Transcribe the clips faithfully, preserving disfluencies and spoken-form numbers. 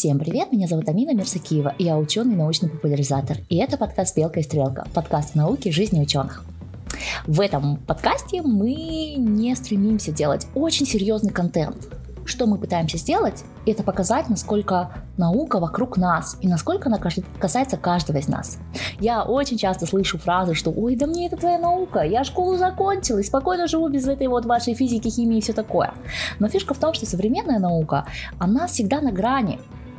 Всем привет, меня зовут Амина Мирсакиева, и я ученый и научный популяризатор. И это подкаст «Белка и стрелка», подкаст науки и жизни ученых. В этом подкасте мы не стремимся делать очень серьезный контент. Что мы пытаемся сделать, это показать, насколько наука вокруг нас и насколько она касается каждого из нас. Я очень часто слышу фразы, что «Ой, да мне это твоя наука, я школу закончила и спокойно живу без этой вот вашей физики, химии и все такое». Но фишка в том, что современная наука, она всегда на грани.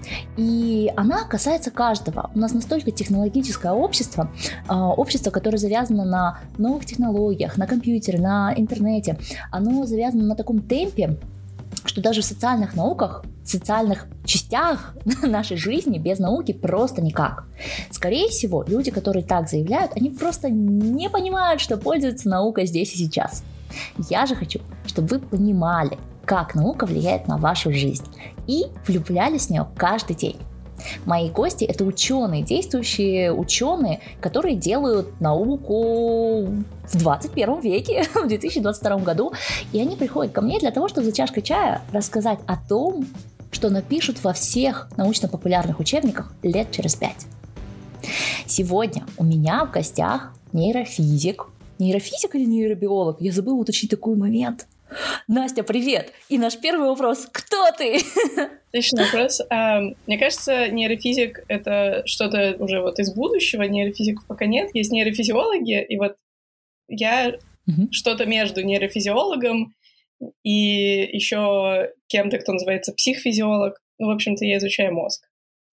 И она касается каждого. У нас настолько технологическое общество, общество, которое завязано на новых технологиях, на компьютере, на интернете. Оно завязано на таком темпе, что даже в социальных науках, в социальных частях нашей жизни без науки просто никак. Скорее всего, люди, которые так заявляют, они просто не понимают, что пользуются наукой здесь и сейчас. Я же хочу, чтобы вы понимали, как наука влияет на вашу жизнь, и влюблялись в нее каждый день. Мои гости — это ученые, действующие ученые, которые делают науку в двадцать первом веке, в две тысячи двадцать втором году, и они приходят ко мне для того, чтобы за чашкой чая рассказать о том, что напишут во всех научно-популярных учебниках лет через пять. Сегодня у меня в гостях нейрофизик. Нейрофизик или нейробиолог? Я забыла уточнить такой момент. Настя, привет! И наш первый вопрос: кто ты? Отличный вопрос. Мне кажется, нейрофизик — это что-то уже вот из будущего. Нейрофизиков пока нет. Есть нейрофизиологи, и вот я угу. что-то между нейрофизиологом и еще кем-то, кто называется психфизиолог. Ну, в общем-то, я изучаю мозг.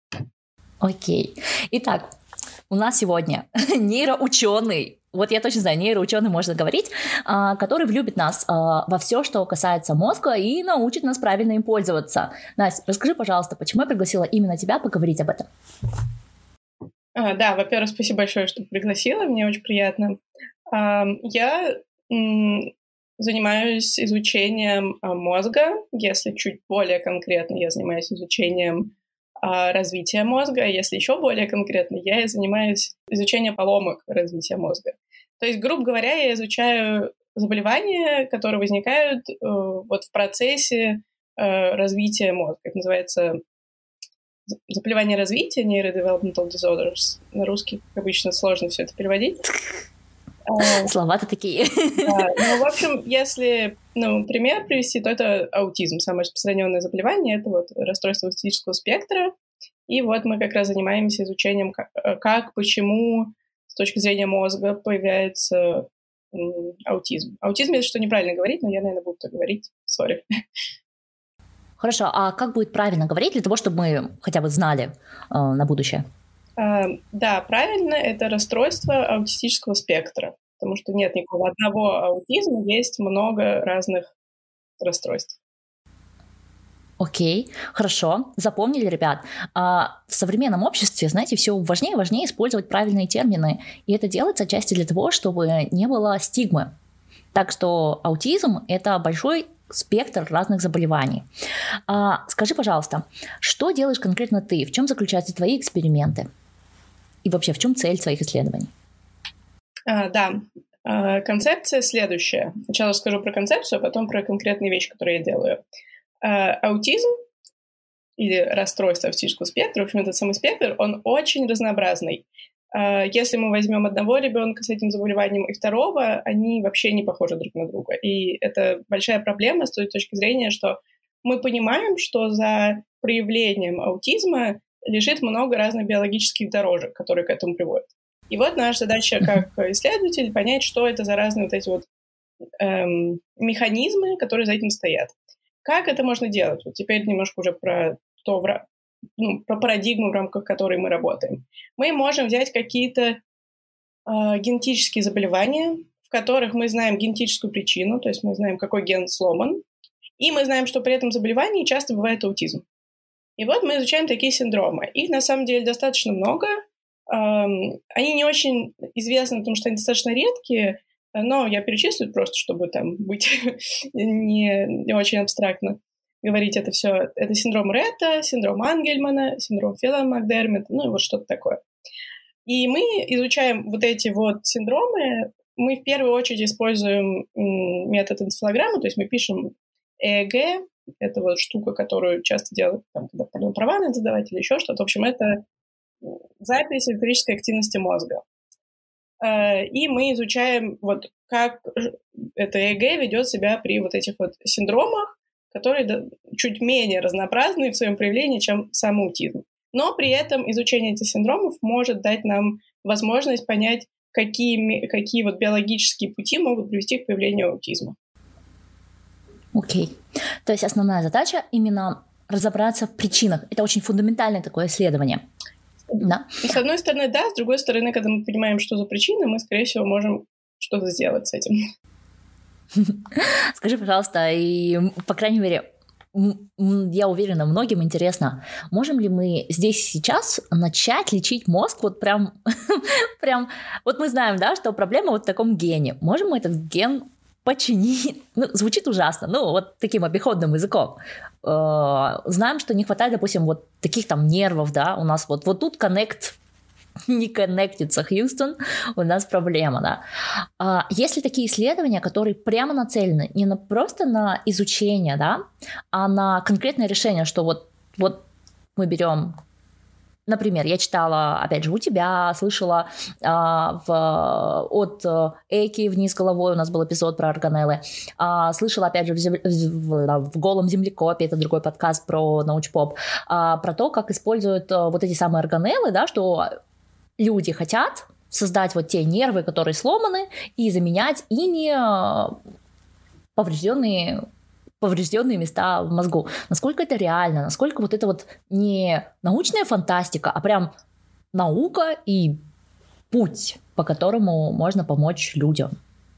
Окей. Итак, у нас сегодня нейроученый. Вот я точно знаю, нейроученый можно говорить, который влюбит нас во все, что касается мозга, и научит нас правильно им пользоваться. Настя, расскажи, пожалуйста, почему я пригласила именно тебя поговорить об этом? А, да, во-первых, спасибо большое, что пригласила, мне очень приятно. А, я м, занимаюсь изучением а, мозга, если чуть более конкретно, я занимаюсь изучением а, развития мозга, если еще более конкретно, я занимаюсь изучением поломок развития мозга. То есть, грубо говоря, я изучаю заболевания, которые возникают э, вот в процессе э, развития мозга. Это называется заболевание развития, neurodevelopmental disorders. На русский, как обычно, сложно все это переводить. Слова-то такие. Да, ну, в общем, если, ну, пример привести, то это аутизм. Самое распространенное заболевание — это вот расстройство аутистического спектра. И вот мы как раз занимаемся изучением, как, как почему с точки зрения мозга появляется м, аутизм. Аутизм — это что неправильно говорить, но я, наверное, буду так говорить. Сори. Хорошо, а как будет правильно говорить для того, чтобы мы хотя бы знали э, на будущее? Uh, да, правильно, это расстройство аутистического спектра, потому что нет никакого одного аутизма, есть много разных расстройств. Окей, хорошо, запомнили, ребят. А в современном обществе, знаете, все важнее и важнее использовать правильные термины, и это делается отчасти для того, чтобы не было стигмы. Так что аутизм — это большой спектр разных заболеваний. А, скажи, пожалуйста, что делаешь конкретно ты? В чем заключаются твои эксперименты? И вообще, в чем цель твоих исследований? А, да, а, концепция следующая. Сначала скажу про концепцию, а потом про конкретные вещи, которые я делаю. А, аутизм или расстройство аутистического спектра, в общем, этот самый спектр, он очень разнообразный. А, если мы возьмем одного ребенка с этим заболеванием и второго, они вообще не похожи друг на друга. И это большая проблема с той точки зрения, что мы понимаем, что за проявлением аутизма лежит много разных биологических дорожек, которые к этому приводят. И вот наша задача как исследователь понять, что это за разные вот эти вот эм, механизмы, которые за этим стоят. Как это можно делать? Вот теперь немножко уже про то, ну, про парадигму, в рамках которой мы работаем. Мы можем взять какие-то э, генетические заболевания, в которых мы знаем генетическую причину, то есть мы знаем, какой ген сломан, и мы знаем, что при этом заболевании часто бывает аутизм. И вот мы изучаем такие синдромы. Их, на самом деле, достаточно много. Эм, они не очень известны, потому что они достаточно редкие, но я перечислю просто, чтобы там быть не, не очень абстрактно говорить это все. Это синдром Ретта, синдром Ангельмана, синдром Феллон-Макдермитта, ну и вот что-то такое. И мы изучаем вот эти вот синдромы. Мы в первую очередь используем метод энцефалограммы, то есть мы пишем ЭЭГ, Это вот штука, которую часто делают, там, когда пардон, права надо сдавать или еще что-то. В общем, это запись электрической активности мозга. И мы изучаем, вот, как это ЭЭГ ведет себя при вот этих вот синдромах, которые чуть менее разнообразны в своем проявлении, чем сам аутизм. Но при этом изучение этих синдромов может дать нам возможность понять, какие, какие вот биологические пути могут привести к появлению аутизма. Окей. Okay. То есть основная задача именно разобраться в причинах. Это очень фундаментальное такое исследование. Да. И с одной стороны, да, с другой стороны, когда мы понимаем, что за причины, мы, скорее всего, можем что-то сделать с этим. Скажи, пожалуйста, и, по крайней мере, я уверена, многим интересно, можем ли мы здесь сейчас начать лечить мозг вот прям, прям, вот мы знаем, да, что проблема вот в таком гене. Можем мы этот ген починить? Ну, звучит ужасно, ну, вот таким обиходным языком. Знаем, что не хватает, допустим, вот таких там нервов, да, у нас вот, вот тут коннект не коннектится, Хьюстон, у нас проблема, да. Есть ли такие исследования, которые прямо нацелены не на, просто на изучение, да, а на конкретное решение, что вот, вот мы берем, например, я читала, опять же, у тебя, слышала а, в, от Эйки «Вниз головой», у нас был эпизод про органеллы, а, слышала, опять же, в, земля, в, в «Голом землекопе», это другой подкаст про научпоп, а, про то, как используют а, вот эти самые органеллы, да, что люди хотят создать вот те нервы, которые сломаны, и заменять ими поврежденные, поврежденные места в мозгу. Насколько это реально, насколько вот это вот не научная фантастика, а прям наука и путь, по которому можно помочь людям.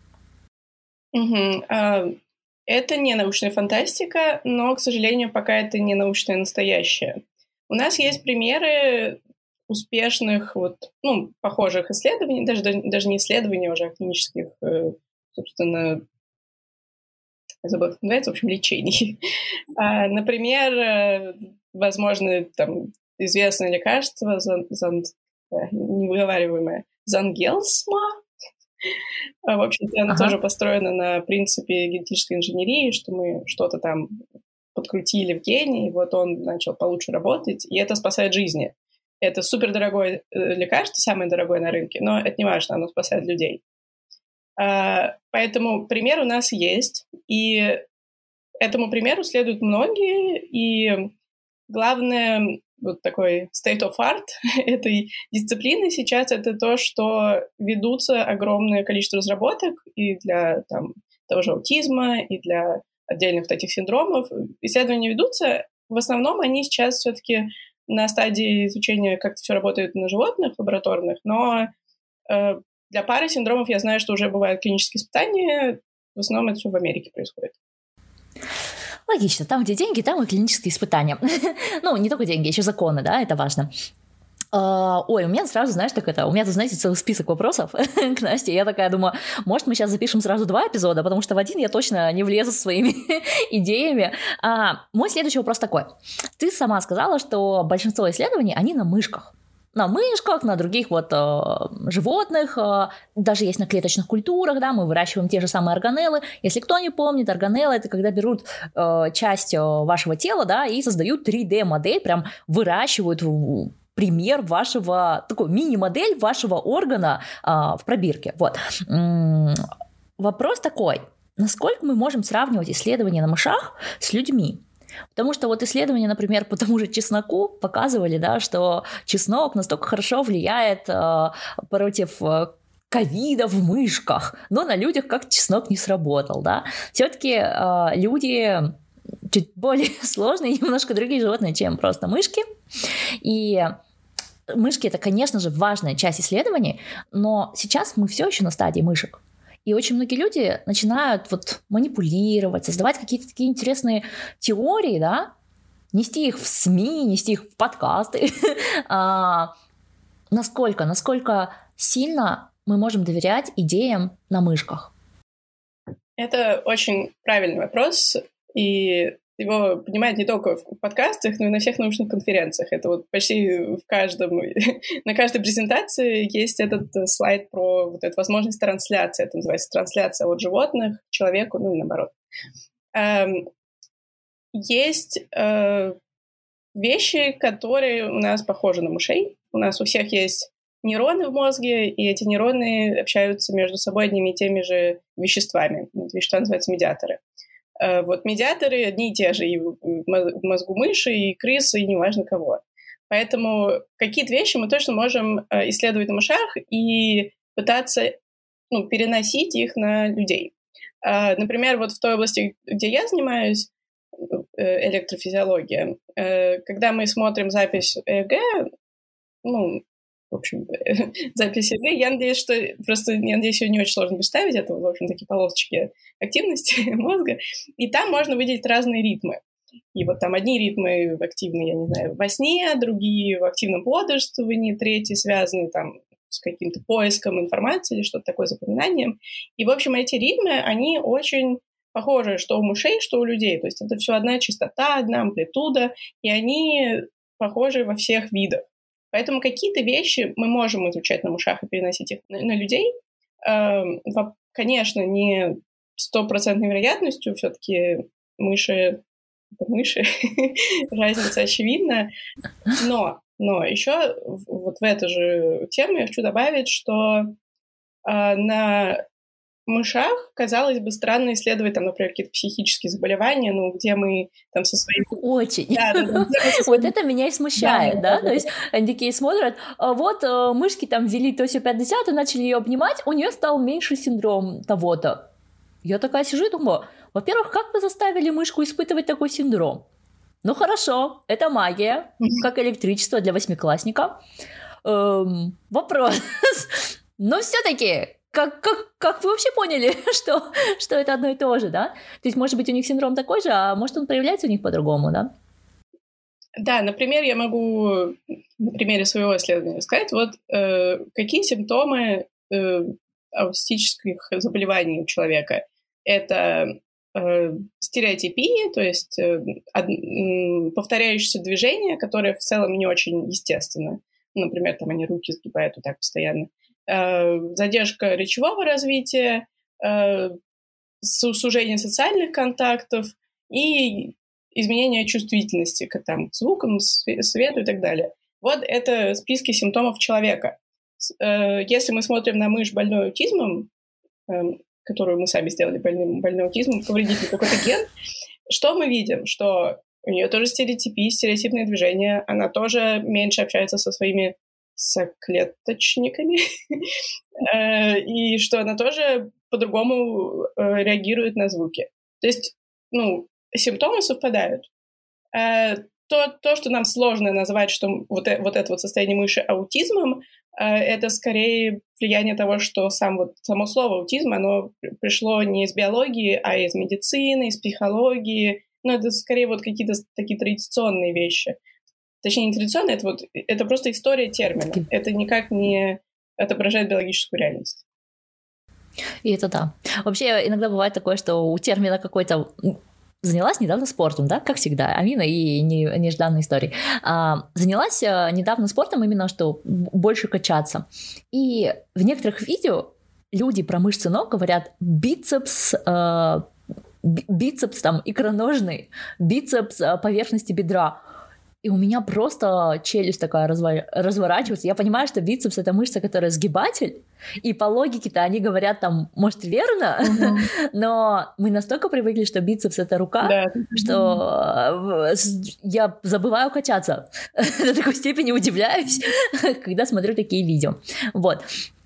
Угу. Это не научная фантастика, но, к сожалению, пока это не научное настоящее. У нас есть примеры успешных, вот, ну, похожих исследований, даже, даже не исследований, а уже клинических, собственно, я забыла, как называется, в общем, лечений. Например, возможно, там, известное лекарство, зан, зан, невыговариваемое, Зангелсма. В общем-то, оно ага. тоже построено на принципе генетической инженерии, что мы что-то там подкрутили в гене, и вот он начал получше работать, и это спасает жизни. Это супердорогое лекарство, самое дорогое на рынке, но это не важно, оно спасает людей. Поэтому пример у нас есть, и этому примеру следуют многие, и главное, вот такой state of art этой дисциплины сейчас это то, что ведутся огромное количество разработок и для там, того же аутизма, и для отдельных вот этих синдромов. Исследования ведутся, в основном они сейчас все-таки на стадии изучения, как это все работает на животных лабораторных, но э, для пары синдромов я знаю, что уже бывают клинические испытания, в основном это все в Америке происходит. Логично, там, где деньги, там и клинические испытания. Ну, не только деньги, еще законы, да, это важно. Uh, ой, у меня сразу, знаешь, так это, у меня тут, знаете, целый список вопросов к Насте, я такая думаю, может, мы сейчас запишем сразу два эпизода, потому что в один я точно не влезу со своими идеями. Uh, мой следующий вопрос такой. Ты сама сказала, что большинство исследований, они на мышках. На мышках, на других вот э, животных, э, даже есть на клеточных культурах, да, мы выращиваем те же самые органеллы. Если кто не помнит, органеллы — это когда берут э, часть э, вашего тела, да, и создают три дэ-модель, прям выращивают в, пример вашего, такой мини-модель вашего органа э, в пробирке. Вот. М-м, вопрос такой, насколько мы можем сравнивать исследования на мышах с людьми? Потому что вот исследования, например, по тому же чесноку показывали, да, что чеснок настолько хорошо влияет э, против э, ковида в мышках, но на людях как чеснок не сработал, да. Все-таки э, люди чуть более сложные, немножко другие животные, чем просто мышки. И мышки — это, конечно же, важная часть исследований, но сейчас мы все еще на стадии мышек. И очень многие люди начинают вот манипулировать, создавать какие-то такие интересные теории, да, нести их в СМИ, нести их в подкасты. а, насколько, насколько сильно мы можем доверять идеям на мышках? Это очень правильный вопрос, и его поднимают не только в подкастах, но и на всех научных конференциях. Это вот почти в каждом, на каждой презентации есть этот слайд про вот эту возможность трансляции. Это называется трансляция от животных к человеку, ну и наоборот. есть э, вещи, которые у нас похожи на мышей. У нас у всех есть нейроны в мозге, и эти нейроны общаются между собой одними и теми же веществами. Эти вещества называются медиаторы. Э, вот медиаторы одни и те же и в мозгу мыши, и крысы, и неважно кого. Поэтому какие-то вещи мы точно можем исследовать на мышах и пытаться ну, переносить их на людей. Например, вот в той области, где я занимаюсь, электрофизиология, когда мы смотрим запись ЭЭГ, ну, в общем, запись ЭЭГ, я надеюсь, что просто, я надеюсь, ее не очень сложно представить, это, в общем, такие полосочки активности мозга, и там можно выделить разные ритмы. И вот там одни ритмы активны, я не знаю, во сне, другие в активном бодрствовании, третьи связаны там с каким-то поиском информации или что-то такое, запоминанием. И, в общем, эти ритмы, они очень похожи что у мышей, что у людей. То есть это все одна частота, одна амплитуда, и они похожи во всех видах. Поэтому какие-то вещи мы можем изучать на мышах и переносить их на, на людей. Э, конечно, не стопроцентной вероятностью, все-таки мыши это мыши, разница очевидна, но, но еще вот в эту же тему я хочу добавить, что э, на мышах, казалось бы, странно исследовать, там, например, какие-то психические заболевания, ну, где мы там со своими... Очень. Да, да, да, вот это меня и смущает, да, да? да, да. То есть они такие смотрят, вот мышки там ввели то все пятьдесят, и начали ее обнимать, у нее стал меньше синдром того-то. Я такая сижу и думаю, во-первых, как вы заставили мышку испытывать такой синдром? Ну хорошо, это магия, как электричество для восьмиклассника. Эм, вопрос. Но все-таки, как, как, как вы вообще поняли, что, что это одно и то же, да? То есть, может быть, у них синдром такой же, а может, он проявляется у них по-другому, да? Да, например, я могу на примере своего исследования сказать, вот э, какие симптомы э, аутистических заболеваний у человека. Это э, стереотипии, то есть э, од, э, повторяющиеся движения, которые в целом не очень естественны. Например, там они руки сгибают вот так постоянно. Э, задержка речевого развития, э, сужение социальных контактов и изменение чувствительности к, там, к звукам, свету и так далее. Вот это списки симптомов человека. Э, если мы смотрим на мышь больную аутизмом, э, которую мы сами сделали больным, больным аутизмом, повредить какой-то ген, что мы видим? Что у нее тоже стереотипы, стереотипные движения, она тоже меньше общается со своими соклеточниками, и что она тоже по-другому реагирует на звуки. То есть, ну, симптомы совпадают. То, то, что нам сложно назвать, что вот, вот это вот состояние мыши аутизмом, это скорее влияние того, что сам, вот, само слово аутизм, оно пришло не из биологии, а из медицины, из психологии. Ну, это скорее вот какие-то такие традиционные вещи. Точнее, не традиционные, это, вот, это просто история термина. Это никак не отображает биологическую реальность. И это да. Вообще, иногда бывает такое, что у термина какой-то... Занялась недавно спортом, да, как всегда, Амина и не, нежданные истории. А, занялась а, недавно спортом именно, что больше качаться. И в некоторых видео люди про мышцы ног говорят бицепс, а, бицепс там икроножный, бицепс а, поверхности бедра. И у меня просто челюсть такая разво- разворачивается. Я понимаю, что бицепс — это мышца, которая сгибатель. И по логике-то они говорят там, может, верно, uh-huh. но мы настолько привыкли, что бицепс — это рука, да. что я забываю качаться. До такой степени удивляюсь, когда смотрю такие видео. Вот.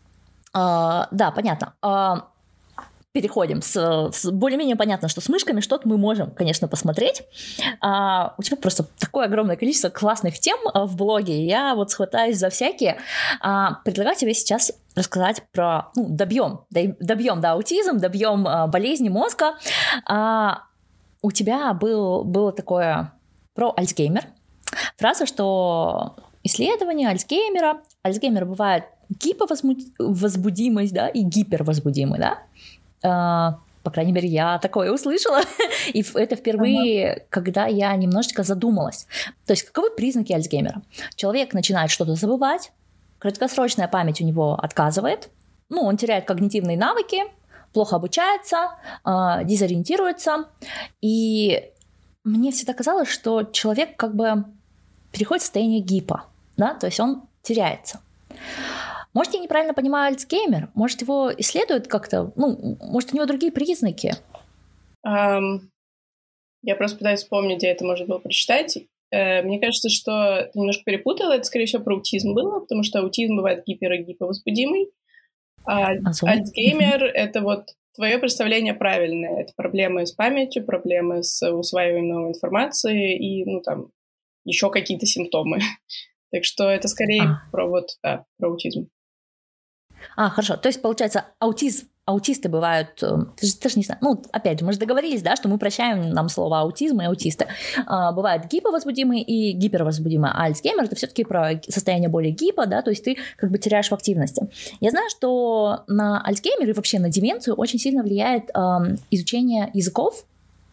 А, да, понятно. А, переходим. С, с более-менее понятно, что с мышками что-то мы можем, конечно, посмотреть. А, у тебя просто такое огромное количество классных тем в блоге. Я вот схватаюсь за всякие. А, предлагаю тебе сейчас рассказать про... Ну, добьем, добьем, да, аутизм, добьем а, болезни мозга. А, у тебя был, было такое про Альцгеймер. Фраза, что исследование Альцгеймера. Альцгеймер бывает гиповозбудимость, да, и гипервозбудимый, да. Uh, по крайней мере, я такое услышала. И это впервые, ага. когда я немножечко задумалась. То есть, каковы признаки Альцгеймера? Человек начинает что-то забывать, краткосрочная память у него отказывает, ну, он теряет когнитивные навыки, плохо обучается, uh, дезориентируется, и мне всегда казалось, что человек как бы переходит в состояние гипо, да, то есть он теряется. Может, я неправильно понимаю Альцгеймер? Может, его исследуют как-то, ну, может, у него другие признаки? Um, я просто пытаюсь вспомнить, где это можно было прочитать. Uh, мне кажется, что ты немножко перепутала, это, скорее всего, про аутизм было, потому что аутизм бывает гипер- и гиповозбудимый, а Альцгеймер — это вот твое представление правильное. Это проблемы с памятью, проблемы с усваиванием новой информации и, ну, там, еще какие-то симптомы. Так что это скорее а. про вот, да, про аутизм. А, хорошо. То есть, получается, аутизм, аутисты бывают, ты же, ты же не знаешь, ну, опять же, мы же договорились, да, что мы прощаем нам слово аутизм и аутисты. А, бывают гиповозбудимые и гипервозбудимые, а Альцгеймер — это все-таки про состояние более гипо, да, то есть ты как бы теряешь в активности. Я знаю, что на Альцгеймер и вообще на деменцию очень сильно влияет а, изучение языков,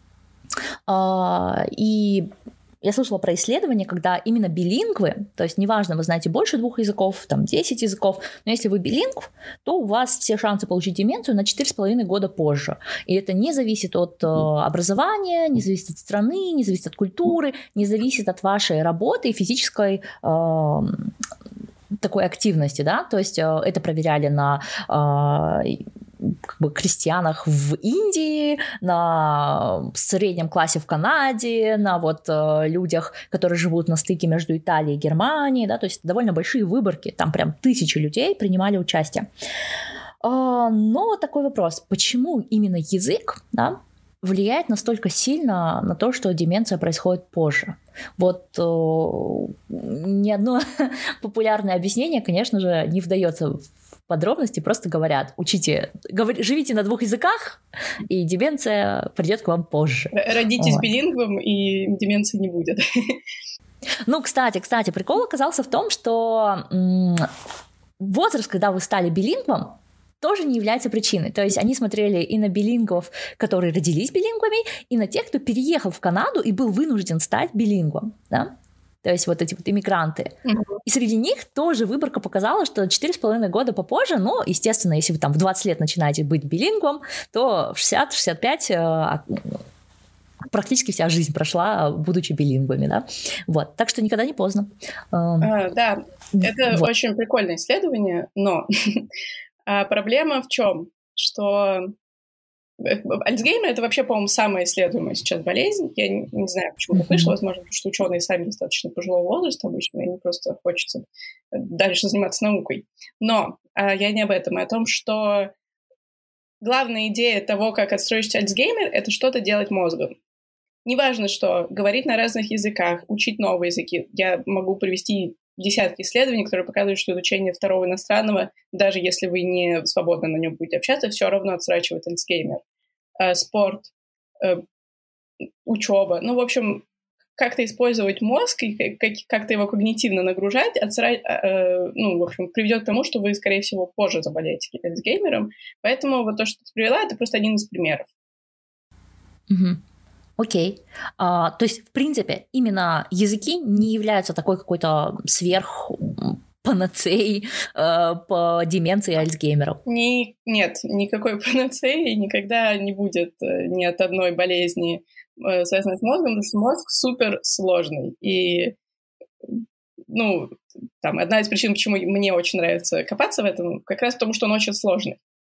а, и я слышала про исследования, когда именно билингвы, то есть неважно, вы знаете больше двух языков, там десять языков, но если вы билингв, то у вас все шансы получить деменцию на четыре с половиной года позже. И это не зависит от э, образования, не зависит от страны, не зависит от культуры, не зависит от вашей работы и физической э, такой активности, да, то есть э, это проверяли на... Э, как бы крестьянах в Индии, на среднем классе в Канаде, на вот э, людях, которые живут на стыке между Италией и Германией, да, то есть довольно большие выборки, там прям тысячи людей принимали участие. Э, но такой вопрос, почему именно язык, да, влияет настолько сильно на то, что деменция происходит позже? Вот э, ни одно популярное объяснение, конечно же, не вдается в подробности, просто говорят, учите, говор, живите на двух языках, и деменция придет к вам позже. Родитесь вот. Билингвом, и деменции не будет. Ну, кстати, кстати, прикол оказался в том, что м- возраст, когда вы стали билингвом, тоже не является причиной. То есть они смотрели и на билингвов, которые родились билингвами, и на тех, кто переехал в Канаду и был вынужден стать билингвом, да? То есть вот эти вот иммигранты. Mm-hmm. И среди них тоже выборка показала, что четыре с половиной года попозже, ну, естественно, если вы там в двадцать лет начинаете быть билингвом, то в шестьдесят-шестьдесят пять э, практически вся жизнь прошла, будучи билингвами, да. Вот, так что никогда не поздно. А, да, это вот. Очень прикольное исследование, но проблема в чем? Что Альцгеймер — это вообще, по-моему, самая исследуемая сейчас болезнь. Я не, не знаю, почему так вышло. Возможно, потому что ученые сами достаточно пожилого возраста обычно, им просто хочется дальше заниматься наукой. Но а, я не об этом, а о том, что главная идея того, как отстроить Альцгеймер, это что-то делать мозгом. Неважно, что говорить на разных языках, учить новые языки. Я могу привести десятки исследований, которые показывают, что изучение второго иностранного, даже если вы не свободно на нем будете общаться, все равно отсрачивает Альцгеймер. Э, спорт, э, учеба. Ну, в общем, как-то использовать мозг и как- как-то его когнитивно нагружать, отсра... э, ну, в общем, приведет к тому, что вы, скорее всего, позже заболеете Альцгеймером. Поэтому вот то, что ты привела, это просто один из примеров. Mm-hmm. Окей. А, то есть, в принципе, именно языки не являются такой какой-то сверх панацеей э, по деменции Альцгеймера? Ни, нет, никакой панацеи никогда не будет э, ни от одной болезни, э, связанной с мозгом, потому что мозг супер сложный. И, ну, там, одна из причин, почему мне очень нравится копаться в этом, как раз потому, что он очень сложный.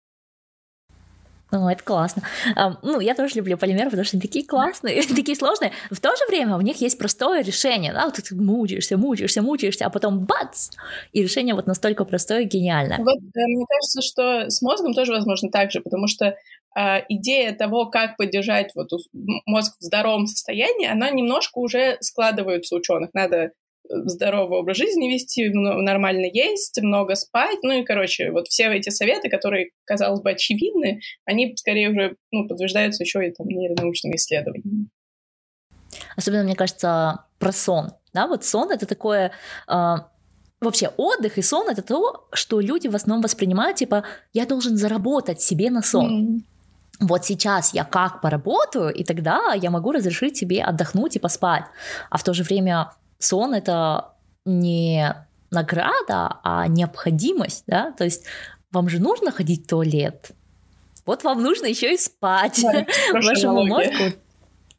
Ну, это классно. Um, ну, я тоже люблю полимеры, потому что они такие классные, такие сложные. В то же время у них есть простое решение. Да? Вот ты мучаешься, мучаешься, мучаешься, а потом бац! И решение вот настолько простое и гениальное. Вот, мне кажется, что с мозгом тоже возможно так же, потому что э, идея того, как поддержать вот мозг в здоровом состоянии, она немножко уже складывается у ученых. Надо здоровый образ жизни вести, нормально есть, много спать, ну и, короче, вот все эти советы, которые, казалось бы, очевидны, они скорее уже, ну, подтверждаются еще и там нейронаучными исследованиями. Особенно, мне кажется, про сон, да, вот сон — это такое... Э... Вообще, отдых и сон — это то, что люди в основном воспринимают, типа, я должен заработать себе на сон. Mm. Вот сейчас я как поработаю, и тогда я могу разрешить себе отдохнуть и поспать. А в то же время сон — это не награда, а необходимость, да, то есть вам же нужно ходить в туалет, вот вам нужно еще и спать. Да, вашему мозгу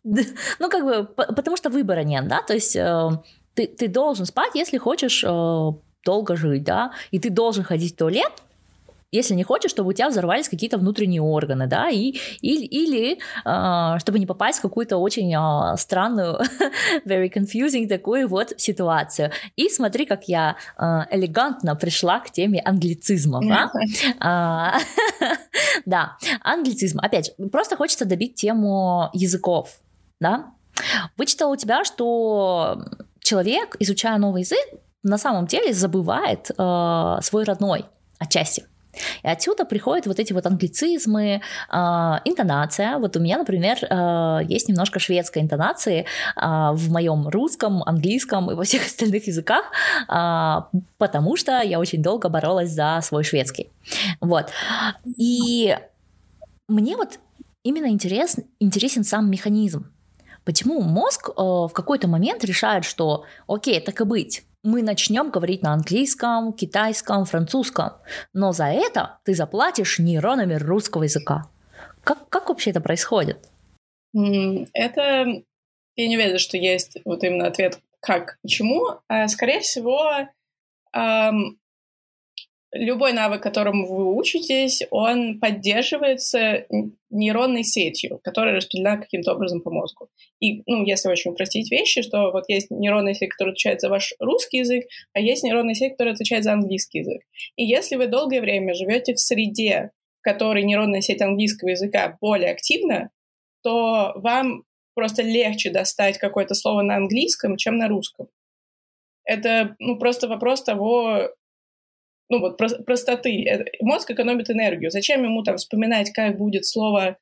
Ну, как бы, потому что выбора нет, да, то есть э, ты, ты должен спать, если хочешь э, долго жить, да, и ты должен ходить в туалет, если не хочешь, чтобы у тебя взорвались какие-то внутренние органы, да, и, или, или э, чтобы не попасть в какую-то очень э, странную, very confusing такую вот ситуацию. И смотри, как я э, элегантно пришла к теме англицизмов, а? Да, англицизм. Опять же, просто хочется добить тему языков, да. Вычитала у тебя, что человек, изучая новый язык, на самом деле забывает э, свой родной отчасти. И отсюда приходят вот эти вот англицизмы, э, интонация. Вот у меня, например, э, есть немножко шведской интонации э, в моем русском, английском и во всех остальных языках, э, потому что я очень долго боролась за свой шведский. Вот. И мне вот именно интерес, интересен сам механизм. Почему мозг э, в какой-то момент решает, что окей, так и быть, мы начнем говорить на английском, китайском, французском, но за это ты заплатишь нейронами русского языка. Как, как вообще это происходит? Это, я не уверена, что есть вот именно ответ как, почему. Скорее всего, эм, любой навык, которому вы учитесь, он поддерживается нейронной сетью, которая распределена каким-то образом по мозгу. И, ну, если очень упростить вещи, что вот есть нейронная сеть, которая отвечает за ваш русский язык, а есть нейронная сеть, которая отвечает за английский язык. И если вы долгое время живете в среде, в которой нейронная сеть английского языка более активна, то вам просто легче достать какое-то слово на английском, чем на русском. Это, ну, просто вопрос того, ну, вот простоты. Мозг экономит энергию. Зачем ему там вспоминать, как будет слово...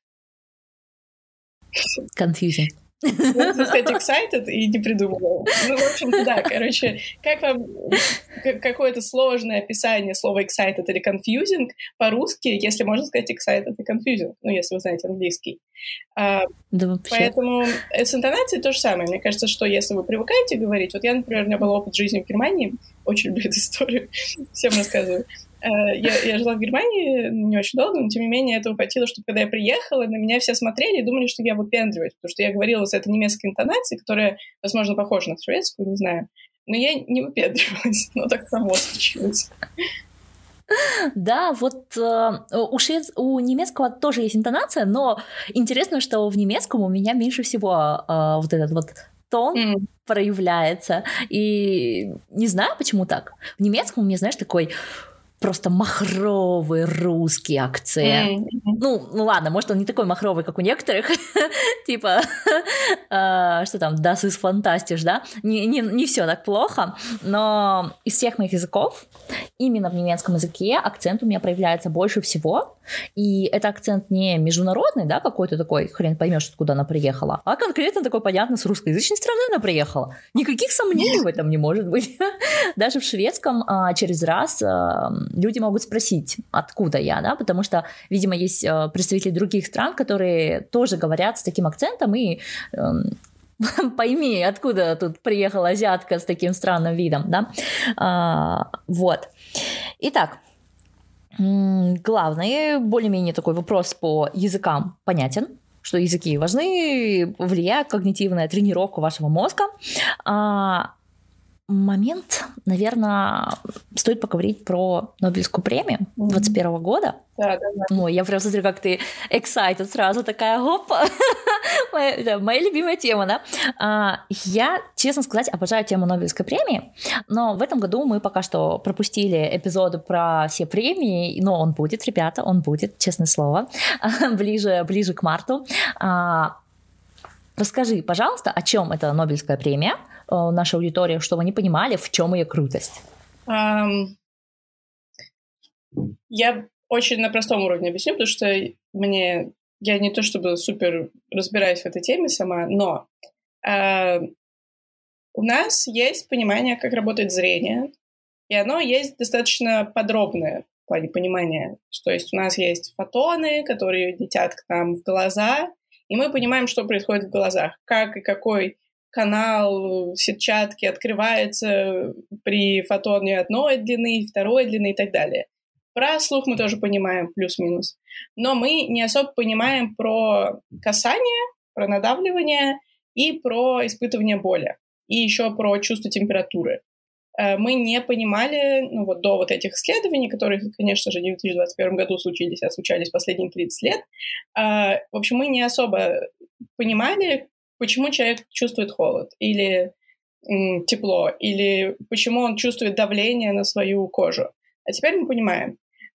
Confusing. Можно сказать excited и не придумывала. Ну, в общем, да, короче, как вам какое-то сложное описание слова excited или confusing по-русски, если можно сказать excited и confusing, ну, если вы знаете английский. А, да, поэтому с интонацией то же самое. Мне кажется, что если вы привыкаете говорить... Вот я, например, у меня был опыт жизни в Германии, очень люблю эту историю, всем рассказываю. Я, я жила в Германии не очень долго, но тем не менее этого хватило, чтобы когда я приехала, на меня все смотрели и думали, что я выпендриваюсь, потому что я говорила с этой немецкой интонацией, которая, возможно, похожа на шведскую, не знаю. Но я не выпендривалась, но так само случилось. Да, вот э, у, швед... у немецкого тоже есть интонация, но интересно, что в немецком у меня меньше всего э, вот этот вот тон mm. проявляется. И не знаю, почему так. В немецком у меня, знаешь, такой... просто махровый русский акцент. Mm-hmm. Ну, ну ладно, может, он не такой махровый, как у некоторых. Типа, что там, das ist fantastisch, да? Не, не, не все так плохо, но из всех моих языков именно в немецком языке акцент у меня проявляется больше всего. И это акцент не международный, да, какой-то такой, хрен поймешь, откуда она приехала, а конкретно такой, понятно, с русскоязычной страны она приехала. Никаких сомнений в этом не может быть. Даже в шведском а, через раз а, люди могут спросить, откуда я, да, потому что, видимо, есть а, представители других стран, которые тоже говорят с таким акцентом, и а, пойми, откуда тут приехала азиатка с таким странным видом, да, а, вот. Итак, главный, более-менее такой вопрос по языкам понятен, что языки важны, влияют когнитивная тренировка вашего мозга. А, момент, наверное, стоит поговорить про Нобелевскую премию двадцать первого года. Да, да, да. Ой, я прям смотрю, как ты excited сразу, такая, опа, моя, да, моя любимая тема, да. А, я, честно сказать, обожаю тему Нобелевской премии, но в этом году мы пока что пропустили эпизоды про все премии, но он будет, ребята, он будет, честное слово, ближе, ближе к марту. А, расскажи, пожалуйста, о чем эта Нобелевская премия, наша аудитория, чтобы они понимали, в чем ее крутость. Um, я очень на простом уровне объясню, потому что мне, я не то чтобы супер разбираюсь в этой теме сама, но э, у нас есть понимание, как работает зрение, и оно есть достаточно подробное в плане понимания. То есть у нас есть фотоны, которые летят к нам в глаза, и мы понимаем, что происходит в глазах, как и какой канал сетчатки открывается при фотоне одной длины, второй длины и так далее. Про слух мы тоже понимаем, плюс-минус. Но мы не особо понимаем про касание, про надавливание и про испытывание боли, и еще про чувство температуры. Мы не понимали, ну вот до вот этих исследований, которые, конечно же, не в две тысячи двадцать первом году случились, а случались последние тридцать лет, в общем, мы не особо понимали, почему человек чувствует холод или м, тепло, или почему он чувствует давление на свою кожу. А теперь мы понимаем.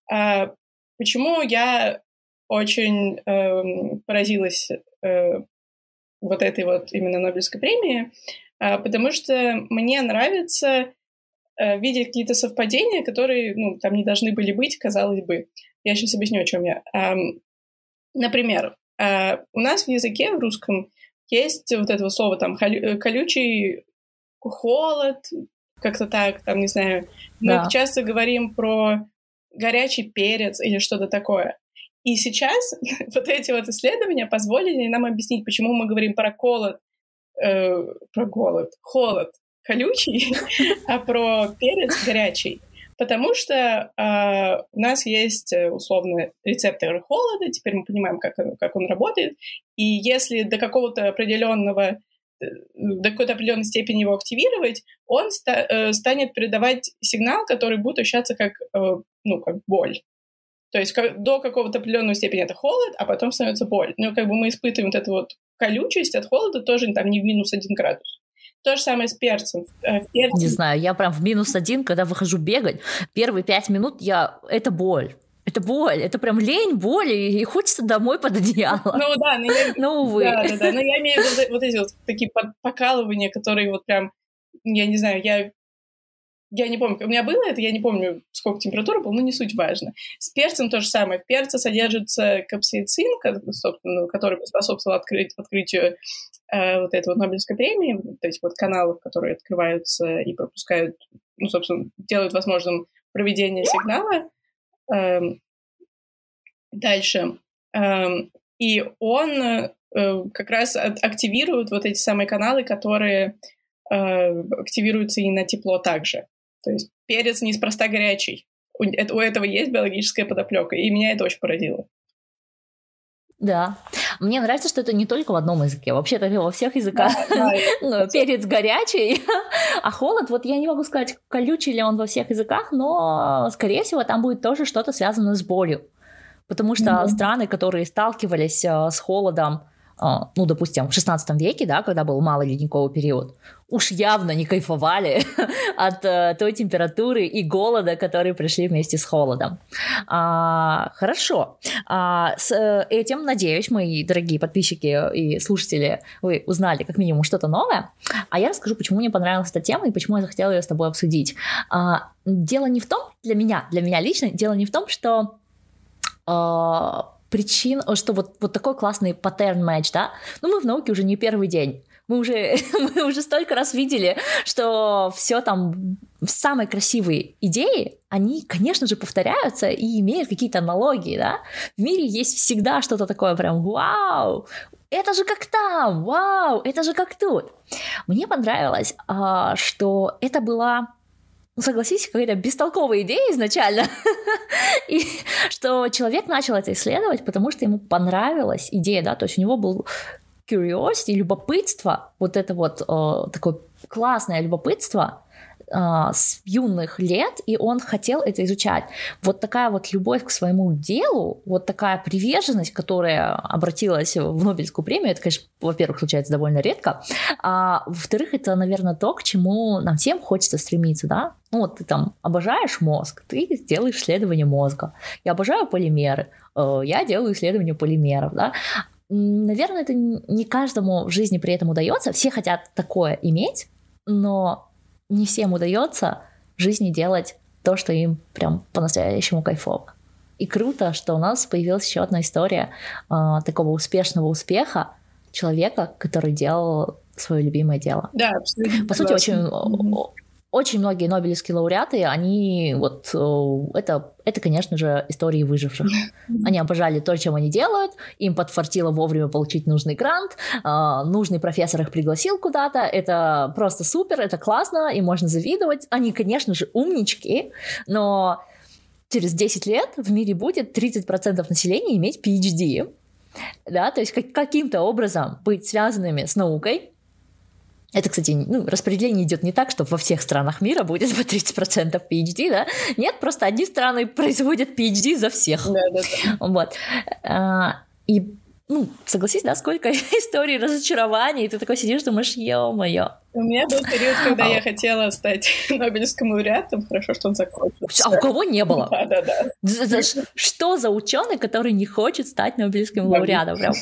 Почему я очень э, поразилась э, вот этой вот именно Нобелевской премии? Э, потому что мне нравится э, видеть какие-то совпадения, которые, ну, там не должны были быть, казалось бы. Я сейчас объясню, о чем я. Э, например, э, у нас в языке, в русском, есть вот это слово там колю- колючий холод, как-то так, там, не знаю. Мы Да. часто говорим про горячий перец или что-то такое. И сейчас вот эти вот исследования позволили нам объяснить, почему мы говорим про холод, э, про голод, холод колючий, а про перец горячий. Потому что э, у нас есть, условно, рецепторы холода, теперь мы понимаем, как, как он работает, и если до какого-то определенного до какой-то определенной степени его активировать, он ста- э, станет передавать сигнал, который будет ощущаться как, э, ну, как боль. То есть как, до какого-то определенной степени это холод, а потом становится боль. Но как бы мы испытываем вот эту вот колючесть от холода тоже там не в минус один градус. То же самое с перцем. Э, перцем. Не знаю, я прям в минус один, когда выхожу бегать, первые пять минут я... это боль. Это боль, это прям лень, боль, и хочется домой под одеяло. Ну да, но я... ну, увы. Да, да, да, но я имею в виду вот эти вот такие покалывания, которые вот прям, я не знаю, я, я не помню, у меня было это, я не помню, сколько температура была, но не суть важно. С перцем то же самое. В перце содержится капсаицин, который способствовал открыть, открытию э, вот этой вот Нобелевской премии, вот этих вот каналов, которые открываются и пропускают, ну, собственно, делают возможным проведение сигнала. Эм, дальше. Эм, и он э, как раз активирует вот эти самые каналы, которые э, активируются и на тепло также. То есть перец неспроста горячий. У, это, у этого есть биологическая подоплека, и меня это очень поразило. Да. Мне нравится, что это не только в одном языке, вообще это во всех языках. Да, да, перец горячий, а холод, вот я не могу сказать, колючий ли он во всех языках, но, скорее всего, там будет тоже что-то связано с болью. Потому что mm-hmm. страны, которые сталкивались а, с холодом, а, ну, допустим, в шестнадцатом веке, да, когда был малый ледниковый период, уж явно не кайфовали от а, той температуры и голода, которые пришли вместе с холодом. А, хорошо. А, с этим, надеюсь, мои дорогие подписчики и слушатели, вы узнали как минимум что-то новое. А я расскажу, почему мне понравилась эта тема и почему я захотела ее с тобой обсудить. А, дело не в том, для меня, для меня лично, дело не в том, что Uh, причин, что вот, вот такой классный паттерн-матч, да, ну мы в науке уже не первый день, мы уже, мы уже столько раз видели, что все там, самые красивые идеи, они, конечно же, повторяются и имеют какие-то аналогии, да, в мире есть всегда что-то такое прям вау, это же как там, вау, это же как тут. Мне понравилось, uh, что это была... Ну, согласись, какая-то бестолковая идея изначально, и что человек начал это исследовать, потому что ему понравилась идея, да, то есть у него был curiosity, любопытство, вот это вот э, такое классное любопытство э, с юных лет, и он хотел это изучать. Вот такая вот любовь к своему делу, вот такая приверженность, которая обратилась в Нобелевскую премию, это, конечно, во-первых, случается довольно редко, а во-вторых, это, наверное, то, к чему нам всем хочется стремиться, да. Ну, вот ты там обожаешь мозг, ты делаешь исследование мозга. Я обожаю полимеры, э, я делаю исследование полимеров, да. Наверное, это не каждому в жизни при этом удается. Все хотят такое иметь, но не всем удается в жизни делать то, что им прям по-настоящему кайфово. И круто, что у нас появилась еще одна история э, такого успешного успеха человека, который делал свое любимое дело. Да, абсолютно. По сути, очень... Mm-hmm. Очень многие нобелевские лауреаты, они вот, это, это, конечно же, истории выживших. Они обожали то, чем они делают, им подфартило вовремя получить нужный грант, нужный профессор их пригласил куда-то, это просто супер, это классно, и можно завидовать. Они, конечно же, умнички, но через десять лет в мире будет тридцать процентов населения иметь пи эйч ди. да, то есть как, каким-то образом быть связанными с наукой. Это, кстати, ну, распределение идет не так, что во всех странах мира будет по тридцать процентов пи эйч ди, да? Нет, просто одни страны производят пи эйч ди за всех. Да, да, да. Вот. А, и, ну, согласись, да, сколько историй разочарований, и ты такой сидишь, думаешь, ё-моё. У меня был период, когда я хотела стать Нобелевским лауреатом, хорошо, что он закончился. А у кого не было? Да, да, да. Что за ученый, который не хочет стать Нобелевским лауреатом? Прям.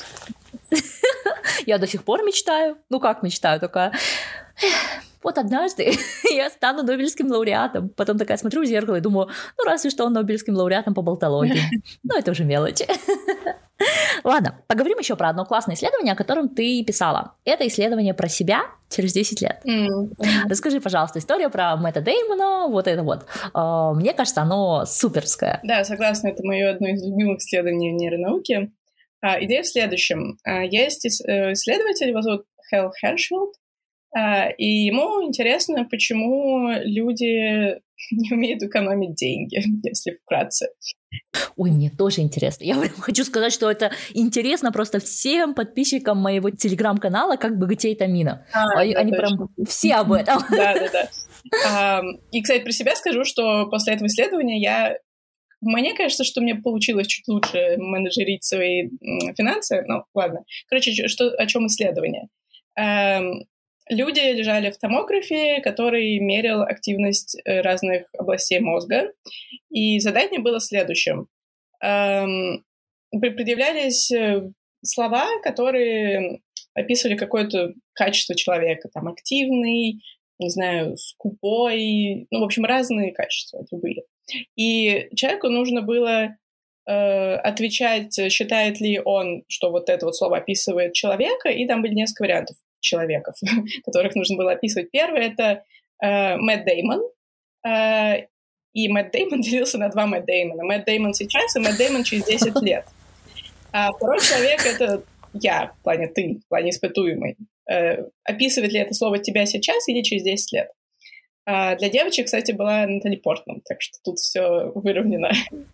Я до сих пор мечтаю. Ну как мечтаю, только вот однажды я стану Нобелевским лауреатом. Потом такая смотрю в зеркало и думаю, ну разве что он Нобелевским лауреатом по болтологии. Ну это уже мелочи. Ладно, поговорим еще про одно классное исследование, о котором ты писала. Это исследование про себя через десять лет. Mm-hmm. Расскажи, пожалуйста, историю про Мэтта Деймона, вот это вот. Мне кажется, оно суперское. Да, согласна, это мое одно из любимых исследований в нейронауке. А, идея в следующем. А, есть исследователь, его зовут Хэл Хершфилд, а, и ему интересно, почему люди не умеют экономить деньги, если вкратце. Ой, мне тоже интересно. Я хочу сказать, что это интересно просто всем подписчикам моего телеграм-канала, как богатеет Амина. А, они да, они прям все об этом. Да-да-да. И, кстати, про себя скажу, что после этого исследования я... Мне кажется, что мне получилось чуть лучше менеджерить свои финансы. Ну, ладно. Короче, что, о чем исследование? Эм, люди лежали в томографе, который мерил активность разных областей мозга. И задание было следующим. Эм, предъявлялись слова, которые описывали какое-то качество человека. Там активный, не знаю, скупой. Ну, в общем, разные качества любые. И человеку нужно было э, отвечать, считает ли он, что вот это вот слово описывает человека, и там были несколько вариантов человеков, которых нужно было описывать. Первый — это э, Мэтт Деймон, э, и Мэтт Деймон делился на два Мэтт Деймона. Мэтт Деймон сейчас и Мэтт Деймон через десять лет. А второй человек — это я, в плане ты, в плане испытуемый. Э, описывает ли это слово тебя сейчас или через десять лет? А для девочек, кстати, была Натали Портман, так что тут все выровнено.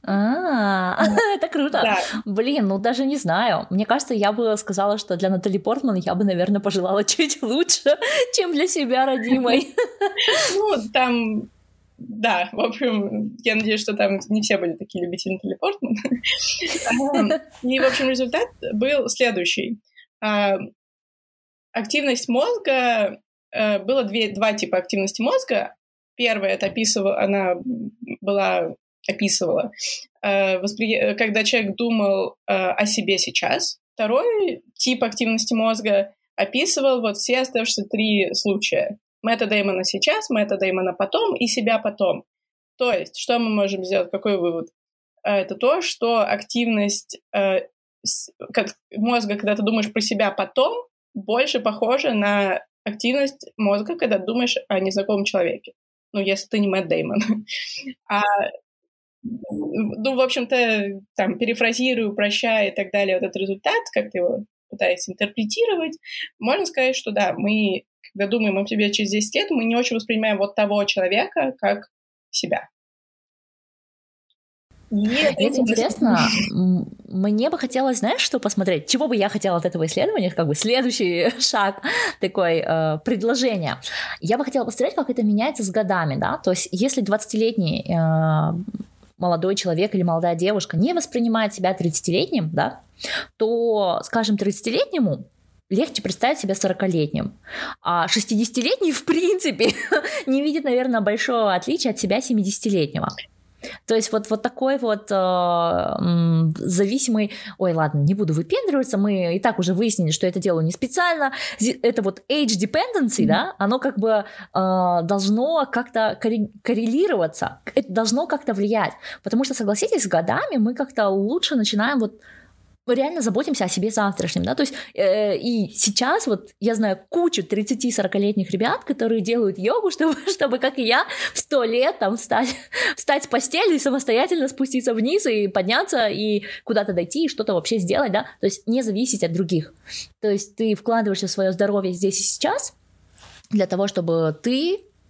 А, это круто. Да. Блин, ну даже не знаю. Мне кажется, я бы сказала, что для Натали Портман я бы, наверное, пожелала чуть лучше, чем для себя родимой. Ну, там, да, в общем, я надеюсь, что там не все были такие любители Натали Портман. И, в общем, результат был следующий. Активность мозга... Было две, два типа активности мозга. Первая, это описывала, она была, описывала, э, воспри... когда человек думал э, о себе сейчас. Второй тип активности мозга описывал вот все оставшиеся три случая. Мэтта Деймона сейчас, Мэтта Деймона потом и себя потом. То есть, что мы можем сделать? Какой вывод? Это то, что активность э, мозга, когда ты думаешь про себя потом, больше похожа на активность мозга, когда думаешь о незнакомом человеке. Ну, если ты не Мэтт Деймон. А, ну, в общем-то, там, перефразирую, упрощая и так далее, вот этот результат, как ты его пытаешься интерпретировать, можно сказать, что да, мы, когда думаем о себе через десять лет, мы не очень воспринимаем вот того человека как себя. Нет, это интересно. Мне бы хотелось, знаешь, что посмотреть? Чего бы я хотела от этого исследования? Как бы следующий шаг, такое э, предложение. Я бы хотела посмотреть, как это меняется с годами, да? То есть если двадцатилетний э, молодой человек или молодая девушка не воспринимает себя тридцатилетним, да, то, скажем, тридцатилетнему легче представить себя сорокалетним. А шестидесятилетний, в принципе, не видит, наверное, большого отличия от себя семидесятилетнего. То есть вот, вот такой вот э, м, зависимый... Ой, ладно, не буду выпендриваться, мы и так уже выяснили, что это делаю не специально. Это вот age dependency, mm-hmm. да, оно как бы э, должно как-то коррелироваться, это должно как-то влиять. Потому что, согласитесь, с годами мы как-то лучше начинаем вот реально заботимся о себе завтрашнем, да, то есть э, и сейчас вот я знаю кучу тридцати-сорокалетних ребят, которые делают йогу, чтобы, чтобы как и я, в сто лет там встать, встать с постели и самостоятельно спуститься вниз и подняться и куда-то дойти и что-то вообще сделать, да, то есть не зависеть от других, то есть ты вкладываешься в свое здоровье здесь и сейчас для того, чтобы ты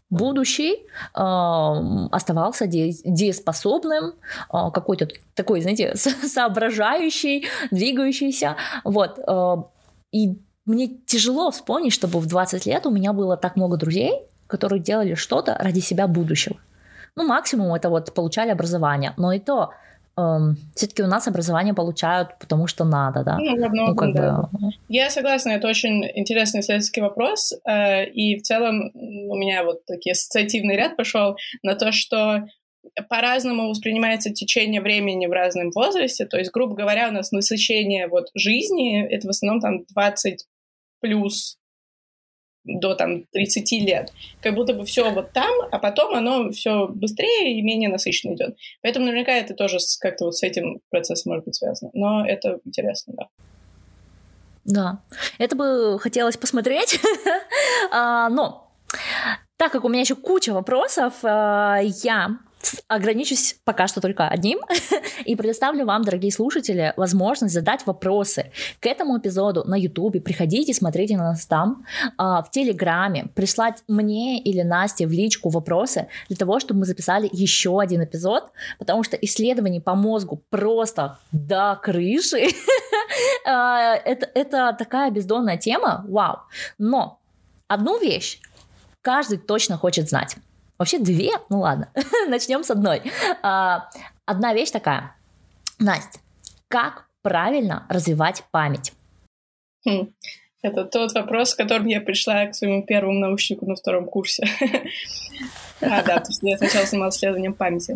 будущий э, оставался де- дееспособным, э, какой-то такой, знаете, соображающий, двигающийся. Вот. Э, и мне тяжело вспомнить, чтобы в двадцать лет у меня было так много друзей, которые делали что-то ради себя будущего. Ну, максимум это вот получали образование, но и то эм, все-таки у нас образование получают, потому что надо, да? Ну, во многом, ну, как да. бы... Я согласна, это очень интересный исследовательский вопрос, э, и в целом у меня вот такой ассоциативный ряд пошел на то, что по-разному воспринимается течение времени в разном возрасте, то есть, грубо говоря, у нас насыщение вот жизни, это в основном там двадцать плюс до там тридцати лет, как будто бы все вот там, а потом оно все быстрее и менее насыщенно идет. Поэтому наверняка это тоже как-то вот с этим процессом может быть связано. Но это интересно, да. Да, это бы хотелось посмотреть, но так как у меня еще куча вопросов, я ограничусь пока что только одним и предоставлю вам, дорогие слушатели, возможность задать вопросы к этому эпизоду на Ютубе. Приходите, смотрите на нас там, в Телеграме, прислать мне или Насте в личку вопросы для того, чтобы мы записали еще один эпизод, потому что исследований по мозгу просто до крыши. это, это такая бездонная тема, вау. Но одну вещь каждый точно хочет знать. Вообще две? Ну ладно, начнем с одной. А, одна вещь такая. Настя, как правильно развивать память? Хм. Это тот вопрос, с которым я пришла к своему первому научнику на втором курсе. А, да, то есть я сначала занималась исследованием памяти.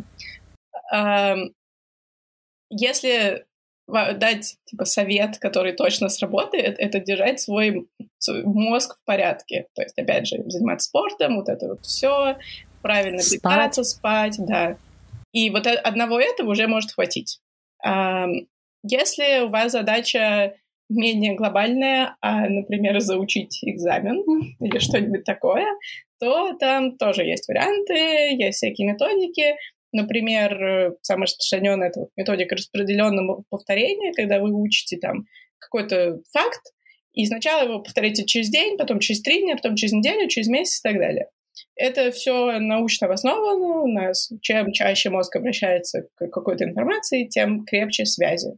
Если дать типа совет, который точно сработает, это держать свой мозг в порядке. То есть, опять же, заниматься спортом, вот это вот все, правильно питаться, спать, да. И вот одного этого уже может хватить. Если у вас задача менее глобальная, а, например, заучить экзамен или что-нибудь такое, то там тоже есть варианты, есть всякие методики. Например, самая распространенная это вот методика распределенного повторения, когда вы учите там какой-то факт, и сначала его повторяете через день, потом через три дня, потом через неделю, через месяц и так далее. Это все научно обосновано у нас. Чем чаще мозг обращается к какой-то информации, тем крепче связи.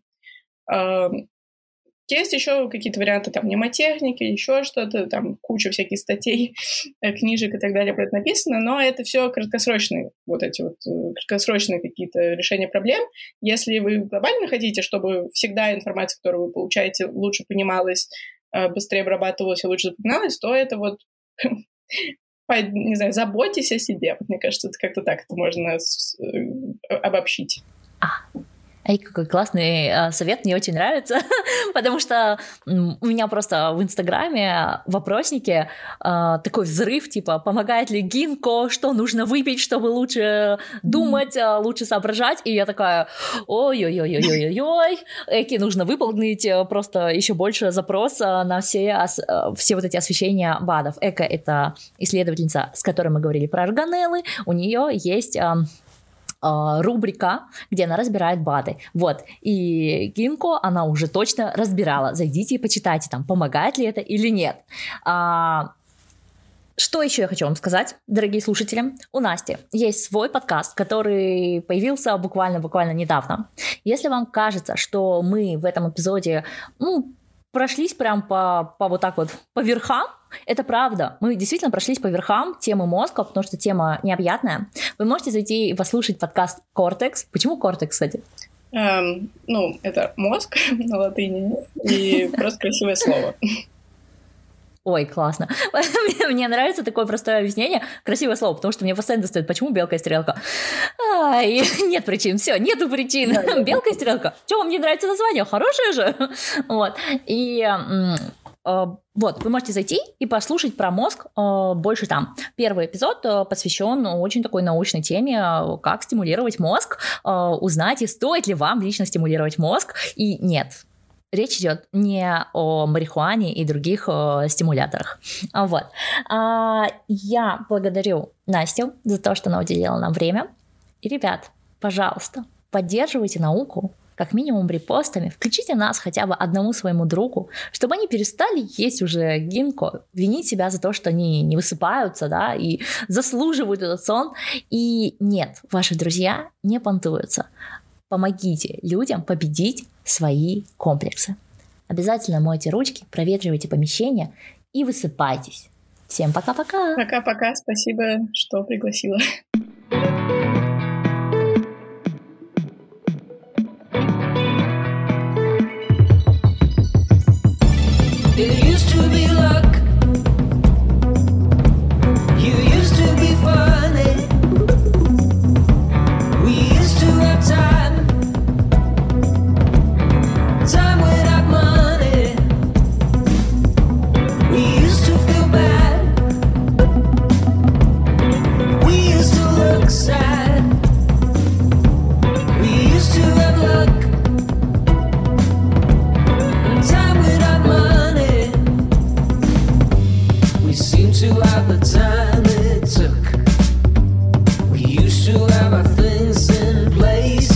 Есть еще какие-то варианты там мнемотехники, еще что-то, там куча всяких статей, книжек и так далее про это написано, но это все краткосрочные, вот эти вот краткосрочные какие-то решения проблем. Если вы глобально хотите, чтобы всегда информация, которую вы получаете, лучше понималась, быстрее обрабатывалась и лучше запоминалась, то это вот, не знаю, заботьтесь о себе. Мне кажется, это как-то так это можно обобщить. А. Эй, какой классный э, совет, мне очень нравится, потому что м, у меня просто в Инстаграме вопросники, э, такой взрыв, типа, помогает ли гинко, что нужно выпить, чтобы лучше думать, э, лучше соображать, и я такая, ой-ой-ой-ой-ой-ой, эки, нужно выполнить просто еще больше запроса на все, ос, все вот эти освещения БАДов. Эка — это исследовательница, с которой мы говорили про органеллы, у нее есть... Э, рубрика, где она разбирает БАДы. Вот. И гинко она уже точно разбирала. Зайдите и почитайте, там, помогает ли это или нет. А, что еще я хочу вам сказать, дорогие слушатели? У Насти есть свой подкаст, который появился буквально-буквально недавно. Если вам кажется, что мы в этом эпизоде, ну, прошлись прям по, по вот так вот, по верхам, это правда. Мы действительно прошлись по верхам темы мозга, потому что тема необъятная. Вы можете зайти и послушать подкаст «Кортекс». Почему «Кортекс», кстати? Um, ну, это мозг на латыни, и просто красивое слово. Ой, классно. Мне, мне нравится такое простое объяснение. Красивое слово, потому что мне постоянно достает, почему белка и стрелка. Ай, нет причин, все, нету причин. Да, да. Белка и стрелка. Чего, вам не нравится название? Хорошее же. Вот. И... Вот, вы можете зайти и послушать про мозг э, больше там. Первый эпизод э, посвящен очень такой научной теме, э, как стимулировать мозг, э, узнать, и стоит ли вам лично стимулировать мозг. И нет, речь идет не о марихуане и других э, стимуляторах. Вот. А, я благодарю Настю за то, что она уделила нам время. И, ребят, пожалуйста, поддерживайте науку, как минимум репостами, включите нас хотя бы одному своему другу, чтобы они перестали есть уже гинко, винить себя за то, что они не высыпаются, да, и заслуживают этот сон. И нет, ваши друзья не понтуются. Помогите людям победить свои комплексы. Обязательно мойте ручки, проветривайте помещение и высыпайтесь. Всем пока-пока! Пока-пока, спасибо, что пригласила. It used to be luck. You used to be funny. We used to have time. Time without money. We used to feel bad. We used to look sad. We used to have luck. And time without money. We seem to have the time it took. We used to have our things in place.